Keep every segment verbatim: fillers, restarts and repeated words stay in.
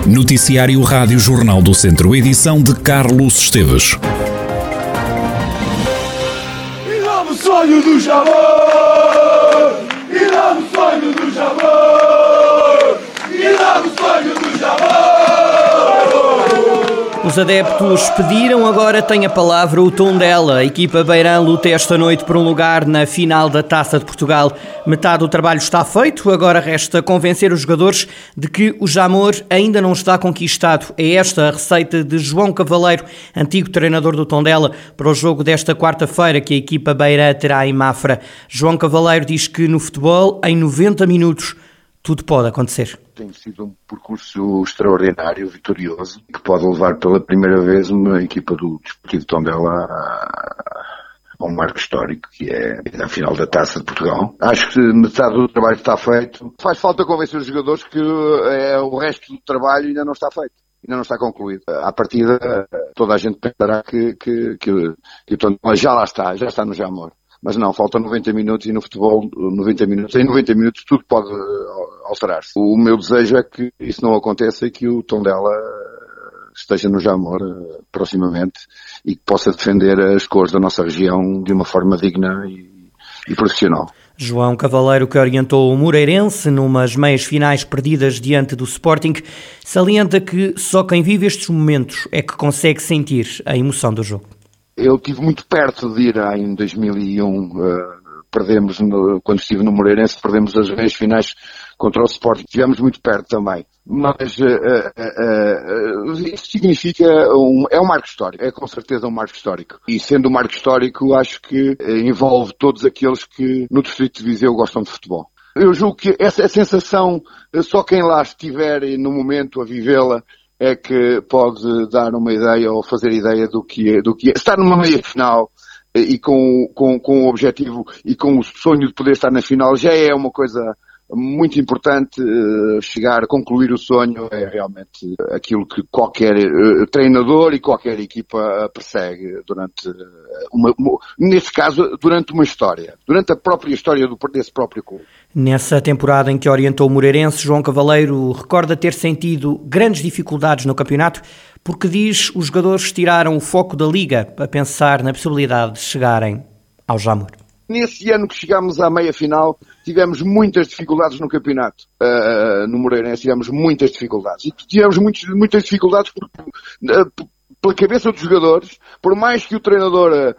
Noticiário Rádio Jornal do Centro, edição de Carlos Esteves. E dá-me o sonho do Jamor! E dá-me o sonho do Jamor! E dá-me o sonho do Jamor! Os adeptos pediram, agora tem a palavra o Tondela. A equipa beirã luta esta noite por um lugar na final da Taça de Portugal. Metade do trabalho está feito, agora resta convencer os jogadores de que o Jamor ainda não está conquistado. É esta a receita de João Cavaleiro, antigo treinador do Tondela, para o jogo desta quarta-feira que a equipa beirã terá em Mafra. João Cavaleiro diz que no futebol, em noventa minutos, tudo pode acontecer. Tem sido um percurso extraordinário, vitorioso, que pode levar pela primeira vez uma equipa do Desportivo Tondela a, a um marco histórico, que é a final da Taça de Portugal. Acho que metade do trabalho está feito. Faz falta convencer os jogadores que é, o resto do trabalho ainda não está feito. Ainda não está concluído. À partida, toda a gente pensará que, que, que, que o Tondela já lá está, já está no Jamor. Mas não, faltam noventa minutos e no futebol, noventa minutos, em noventa minutos tudo pode alterar-se. O meu desejo é que isso não aconteça e que o Tondela esteja no Jamor proximamente e que possa defender as cores da nossa região de uma forma digna e, e profissional. João Cavaleiro, que orientou o Moreirense numas meias finais perdidas diante do Sporting, salienta que só quem vive estes momentos é que consegue sentir a emoção do jogo. Eu estive muito perto de ir em dois mil e um, uh, perdemos, no, quando estive no Moreirense, perdemos as meias finais contra o Sporting, estivemos muito perto também. Mas uh, uh, uh, isso significa, um, é um marco histórico, é com certeza um marco histórico. E sendo um marco histórico, acho que uh, envolve todos aqueles que no Distrito de Viseu gostam de futebol. Eu julgo que essa sensação, uh, só quem lá estiver no momento a vivê-la, é que pode dar uma ideia ou fazer ideia do que é, do que é. Estar numa meia final e com, com, com o objetivo e com o sonho de poder estar na final já é uma coisa muito importante. Chegar a concluir o sonho é realmente aquilo que qualquer treinador e qualquer equipa persegue durante uma, nesse caso, durante uma história, durante a própria história do, desse próprio clube. Nessa temporada em que orientou o Moreirense, João Cavaleiro recorda ter sentido grandes dificuldades no campeonato porque, diz, os jogadores tiraram o foco da Liga a pensar na possibilidade de chegarem ao Jamor. Nesse ano que chegámos à meia-final, tivemos muitas dificuldades no campeonato. Uh, no Moreirense tivemos muitas dificuldades. E tivemos muitos, muitas dificuldades por, uh, pela cabeça dos jogadores, por mais que o treinador uh,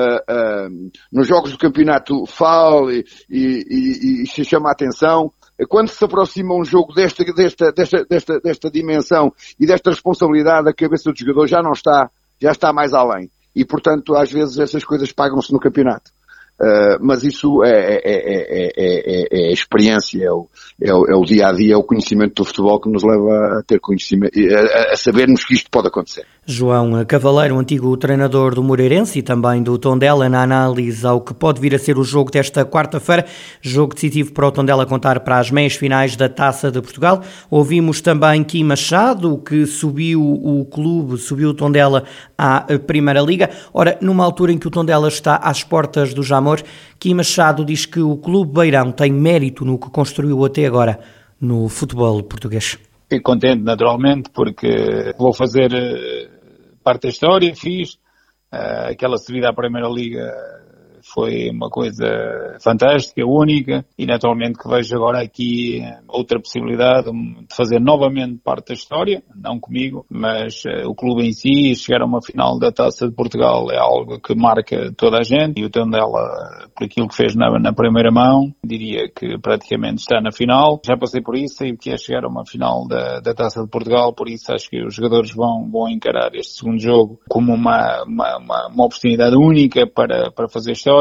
uh, nos jogos do campeonato fale e, e, e se chama a atenção, quando se aproxima um jogo desta, desta, desta, desta, desta dimensão e desta responsabilidade, a cabeça do jogador já não está, já está mais além. E, portanto, às vezes essas coisas pagam-se no campeonato. Uh, mas isso é, é, é, é, é, é a experiência, é o, é, o, é o dia-a-dia, é o conhecimento do futebol que nos leva a ter conhecimento, a, a sabermos que isto pode acontecer. João Cavaleiro, antigo treinador do Moreirense e também do Tondela, na análise ao que pode vir a ser o jogo desta quarta-feira, jogo decisivo para o Tondela contar para as meias finais da Taça de Portugal. Ouvimos também Kim Machado, que subiu o clube, subiu o Tondela à Primeira Liga. Ora, numa altura em que o Tondela está às portas do Jamor, Kim Machado diz que o clube beirão tem mérito no que construiu até agora no futebol português. Fico contente, naturalmente, porque vou fazer parte da história, fiz. Aquela subida à Primeira Liga foi uma coisa fantástica, única, e naturalmente que vejo agora aqui outra possibilidade de fazer novamente parte da história, não comigo, mas uh, o clube em si, chegar a uma final da Taça de Portugal é algo que marca toda a gente, e o Tondela, por aquilo que fez na, na primeira mão, diria que praticamente está na final. Já passei por isso, sei o que é chegar a uma final da, da Taça de Portugal, por isso acho que os jogadores vão, vão encarar este segundo jogo como uma, uma, uma, uma oportunidade única para, para fazer história.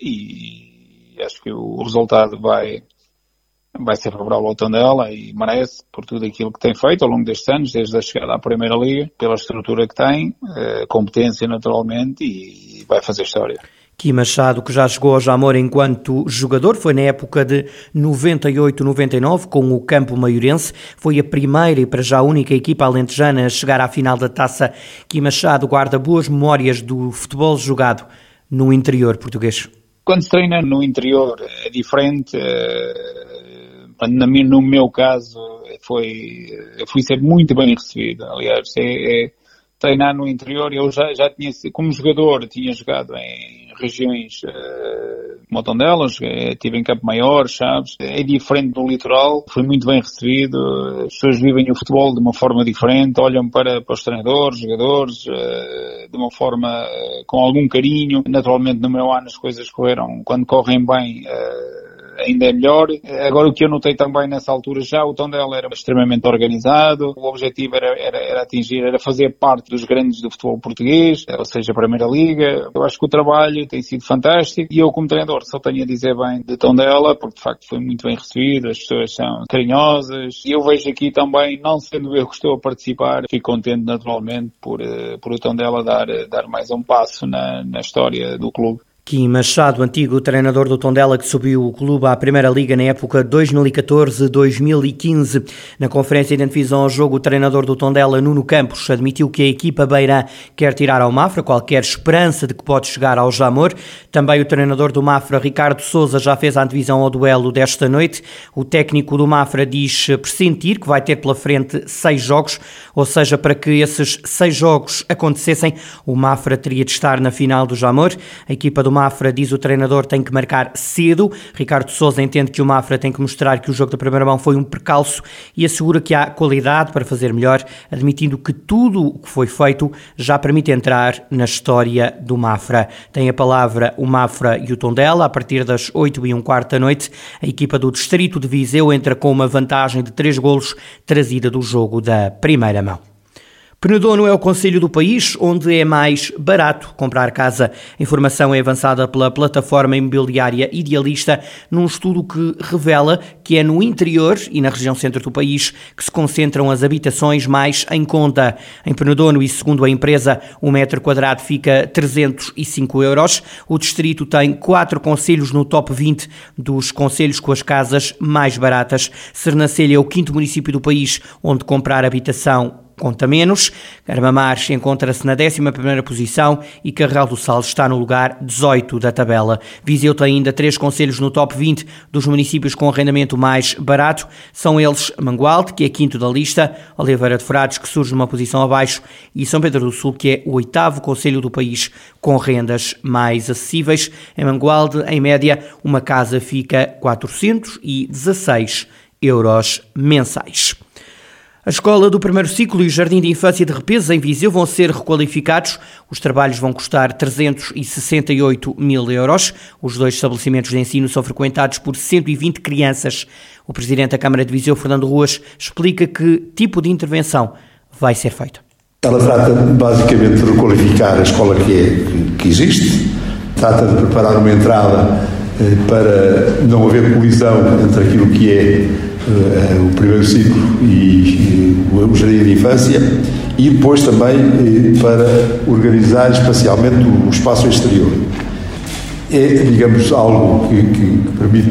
E acho que o resultado vai, vai ser favorável ao Tondela e merece por tudo aquilo que tem feito ao longo destes anos, desde a chegada à Primeira Liga, pela estrutura que tem, competência naturalmente, e vai fazer história. Kim Machado, que já chegou ao Jamor enquanto jogador, foi na época de noventa e oito noventa e nove com o Campo Maiorense, foi a primeira e para já a única equipa alentejana a chegar à final da Taça. Kim Machado guarda boas memórias do futebol jogado no interior português. Quando se treina no interior é diferente, no meu caso foi, eu fui sempre muito bem recebido. Aliás, é, é treinar no interior, eu já, já tinha, como jogador, tinha jogado em regiões uh, como o Tondela, estive em Campo Maior, Chaves, é diferente do litoral, fui muito bem recebido, as pessoas vivem o futebol de uma forma diferente, olham para, para os treinadores, jogadores, uh, de uma forma uh, com algum carinho. Naturalmente no meu ano as coisas correram, quando correm bem, uh, ainda é melhor. Agora, o que eu notei também nessa altura já, o Tondela era extremamente organizado, o objetivo era, era, era atingir, era fazer parte dos grandes do futebol português, ou seja, a Primeira Liga. Eu acho que o trabalho tem sido fantástico e eu, como treinador, só tenho a dizer bem de Tondela, porque de facto foi muito bem recebido, as pessoas são carinhosas e eu vejo aqui também, não sendo eu que estou a participar, fico contente naturalmente por, por o Tondela dar, dar mais um passo na, na história do clube. Kim Machado, antigo treinador do Tondela, que subiu o clube à Primeira Liga na época dois mil e catorze a dois mil e quinze. Na conferência de antevisão ao jogo, o treinador do Tondela, Nuno Campos, admitiu que a equipa beirã quer tirar ao Mafra qualquer esperança de que pode chegar ao Jamor. Também o treinador do Mafra, Ricardo Sousa, já fez a antevisão ao duelo desta noite. O técnico do Mafra diz pressentir que vai ter pela frente seis jogos, ou seja, para que esses seis jogos acontecessem, o Mafra teria de estar na final do Jamor. A equipa do Mafra, diz o treinador, tem que marcar cedo. Ricardo Sousa entende que o Mafra tem que mostrar que o jogo da primeira mão foi um percalço e assegura que há qualidade para fazer melhor, admitindo que tudo o que foi feito já permite entrar na história do Mafra. Tem a palavra o Mafra e o Tondela. A partir das oito e um quarto da noite, a equipa do Distrito de Viseu entra com uma vantagem de três golos trazida do jogo da primeira mão. Penedono é o concelho do país onde é mais barato comprar casa. A informação é avançada pela plataforma imobiliária Idealista num estudo que revela que é no interior e na região centro do país que se concentram as habitações mais em conta. Em Penedono, e segundo a empresa, o metro quadrado fica trezentos e cinco euros. O distrito tem quatro concelhos no top vinte dos concelhos com as casas mais baratas. Sernancelho é o quinto município do país onde comprar habitação conta menos. Armamar encontra-se na décima primeira posição e Carregal do Sal está no lugar dezoito da tabela. Viseu tem ainda três concelhos no top vinte dos municípios com arrendamento mais barato. São eles Mangualde, que é quinto da lista, Oliveira de Frades, que surge numa posição abaixo, e São Pedro do Sul, que é o oitavo concelho do país com rendas mais acessíveis. Em Mangualde, em média, uma casa fica quatrocentos e dezasseis euros mensais. A escola do primeiro ciclo e o jardim de infância de Repesa, em Viseu, vão ser requalificados. Os trabalhos vão custar trezentos e sessenta e oito mil euros. Os dois estabelecimentos de ensino são frequentados por cento e vinte crianças. O presidente da Câmara de Viseu, Fernando Ruas, explica que tipo de intervenção vai ser feita. Ela trata basicamente de requalificar a escola que, é, que, que existe, trata de preparar uma entrada eh, para não haver colisão entre aquilo que é Uh, o primeiro ciclo e, e o jardim de infância, e depois também uh, para organizar espacialmente o, o espaço exterior. É, digamos, algo que, que, que permite,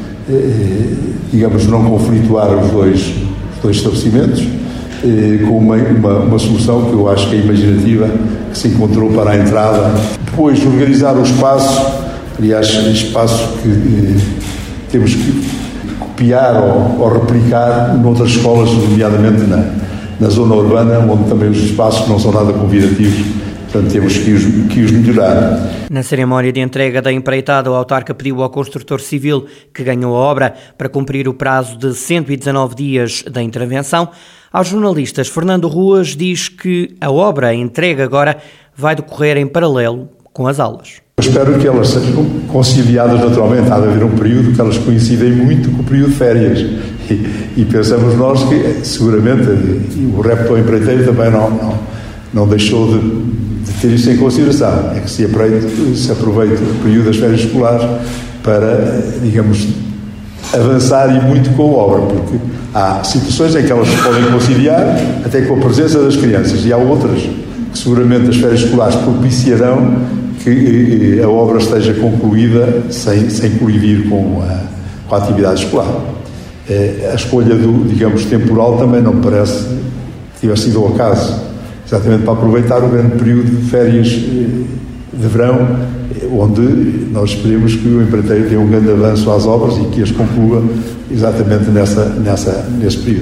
uh, digamos, não conflituar os dois, os dois estabelecimentos, uh, com uma, uma, uma solução que eu acho que é imaginativa, que se encontrou para a entrada. Depois, organizar o espaço, aliás, espaço que uh, temos que copiar ou, ou replicar noutras escolas, nomeadamente na, na zona urbana, onde também os espaços não são nada convidativos, portanto temos que os, que os melhorar. Na cerimónia de entrega da empreitada, o autarca pediu ao construtor civil que ganhou a obra para cumprir o prazo de cento e dezanove dias da intervenção. Aos jornalistas, Fernando Ruas diz que a obra entregue agora vai decorrer em paralelo com as aulas. Eu espero que elas sejam conciliadas naturalmente. Há de haver um período que elas coincidem muito com o período de férias. E, e pensamos nós que, seguramente, e o repto empreiteiro também não, não, não deixou de, de ter isso em consideração. É que se aproveite, se aproveite o período das férias escolares para, digamos, avançar e muito com a obra, porque há situações em que elas se podem conciliar até com a presença das crianças, e há outras que seguramente as férias escolares propiciarão que a obra esteja concluída sem, sem colidir com a, com a atividade escolar. A escolha do, digamos, temporal também não me parece que tivesse sido ao acaso, exatamente para aproveitar o grande período de férias de verão, onde nós esperemos que o empreiteiro dê um grande avanço às obras e que as conclua exatamente nessa, nessa, nesse período.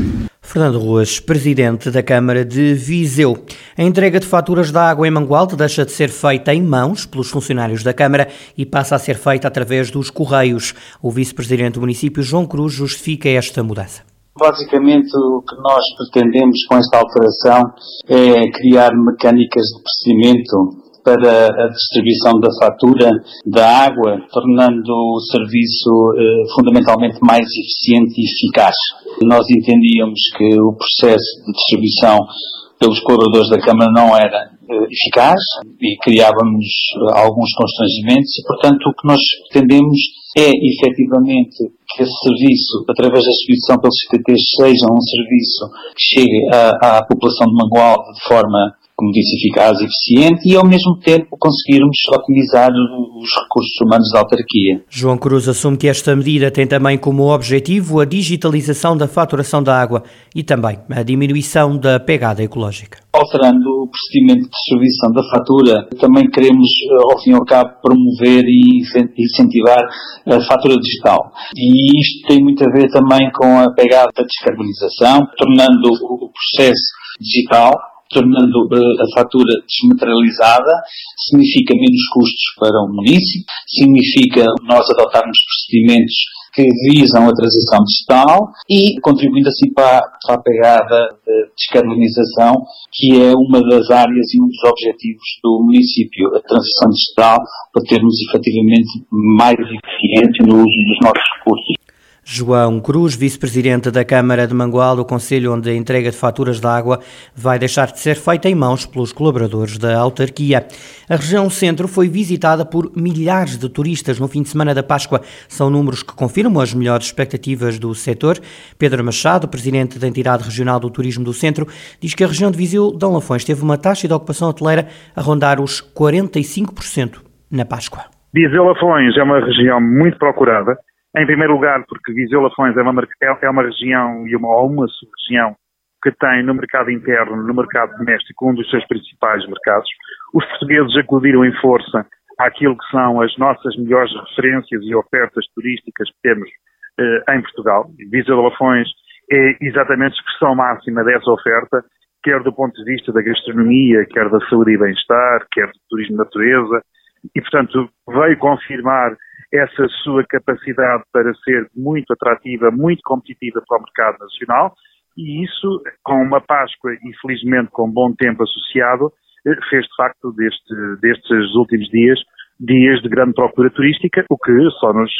Fernando Ruas, presidente da Câmara de Viseu. A entrega de faturas da água em Mangualde deixa de ser feita em mãos pelos funcionários da Câmara e passa a ser feita através dos correios. O vice-presidente do município, João Cruz, justifica esta mudança. Basicamente, o que nós pretendemos com esta alteração é criar mecânicas de procedimento para a distribuição da fatura da água, tornando o serviço eh, fundamentalmente mais eficiente e eficaz. Nós entendíamos que o processo de distribuição pelos colaboradores da Câmara não era eh, eficaz e criávamos eh, alguns constrangimentos e, portanto, o que nós pretendemos é, efetivamente, que esse serviço, através da distribuição pelos C T Ts, seja um serviço que chegue à, à população de Mangualde de forma, como disse, eficaz e eficiente e, ao mesmo tempo, conseguirmos otimizar os recursos humanos da autarquia. João Cruz assume que esta medida tem também como objetivo a digitalização da faturação da água e também a diminuição da pegada ecológica. Alterando o procedimento de distribuição da fatura, também queremos, ao fim e ao cabo, promover e incentivar a fatura digital. E isto tem muito a ver também com a pegada da descarbonização, tornando o processo digital, tornando uh, a fatura desmaterializada, significa menos custos para o município, significa nós adotarmos procedimentos que visam a transição digital e contribuindo assim para, para a pegada de descarbonização, que é uma das áreas e um dos objetivos do município, a transição digital, para termos efetivamente mais eficiência no uso dos nossos recursos. João Cruz, vice-presidente da Câmara de Mangualde, o concelho onde a entrega de faturas de água vai deixar de ser feita em mãos pelos colaboradores da autarquia. A região centro foi visitada por milhares de turistas no fim de semana da Páscoa. São números que confirmam as melhores expectativas do setor. Pedro Machado, presidente da entidade regional do turismo do centro, diz que a região de Viseu de Lafões teve uma taxa de ocupação hoteleira a rondar os quarenta e cinco por cento na Páscoa. Viseu Lafões é uma região muito procurada. Em primeiro lugar, porque Viseu Lafões é uma, é uma região e uma, uma sub-região que tem no mercado interno, no mercado doméstico, um dos seus principais mercados. Os portugueses acudiram em força àquilo que são as nossas melhores referências e ofertas turísticas que temos eh, em Portugal. Viseu Lafões é exatamente a expressão máxima dessa oferta, quer do ponto de vista da gastronomia, quer da saúde e bem-estar, quer do turismo de natureza, e, portanto, veio confirmar essa sua capacidade para ser muito atrativa, muito competitiva para o mercado nacional, e isso, com uma Páscoa e felizmente com bom tempo associado, fez de facto deste, destes últimos dias, dias de grande procura turística, o que só nos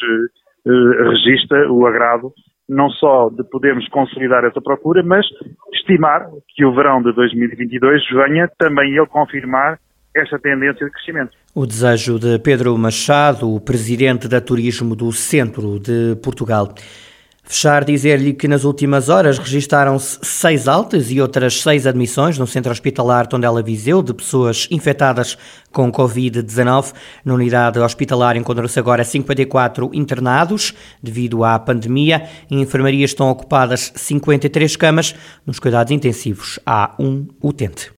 eh, registra o agrado não só de podermos consolidar essa procura, mas estimar que o verão de dois mil e vinte e dois venha também ele confirmar esta tendência de crescimento. O desejo de Pedro Machado, o presidente da Turismo do Centro de Portugal. Fechar, dizer-lhe que nas últimas horas registaram-se seis altas e outras seis admissões no Centro Hospitalar Tondela Viseu de pessoas infectadas com covid dezanove. Na unidade hospitalar encontram-se agora cinquenta e quatro internados devido à pandemia. Em enfermaria estão ocupadas cinquenta e três camas. Nos cuidados intensivos há um utente.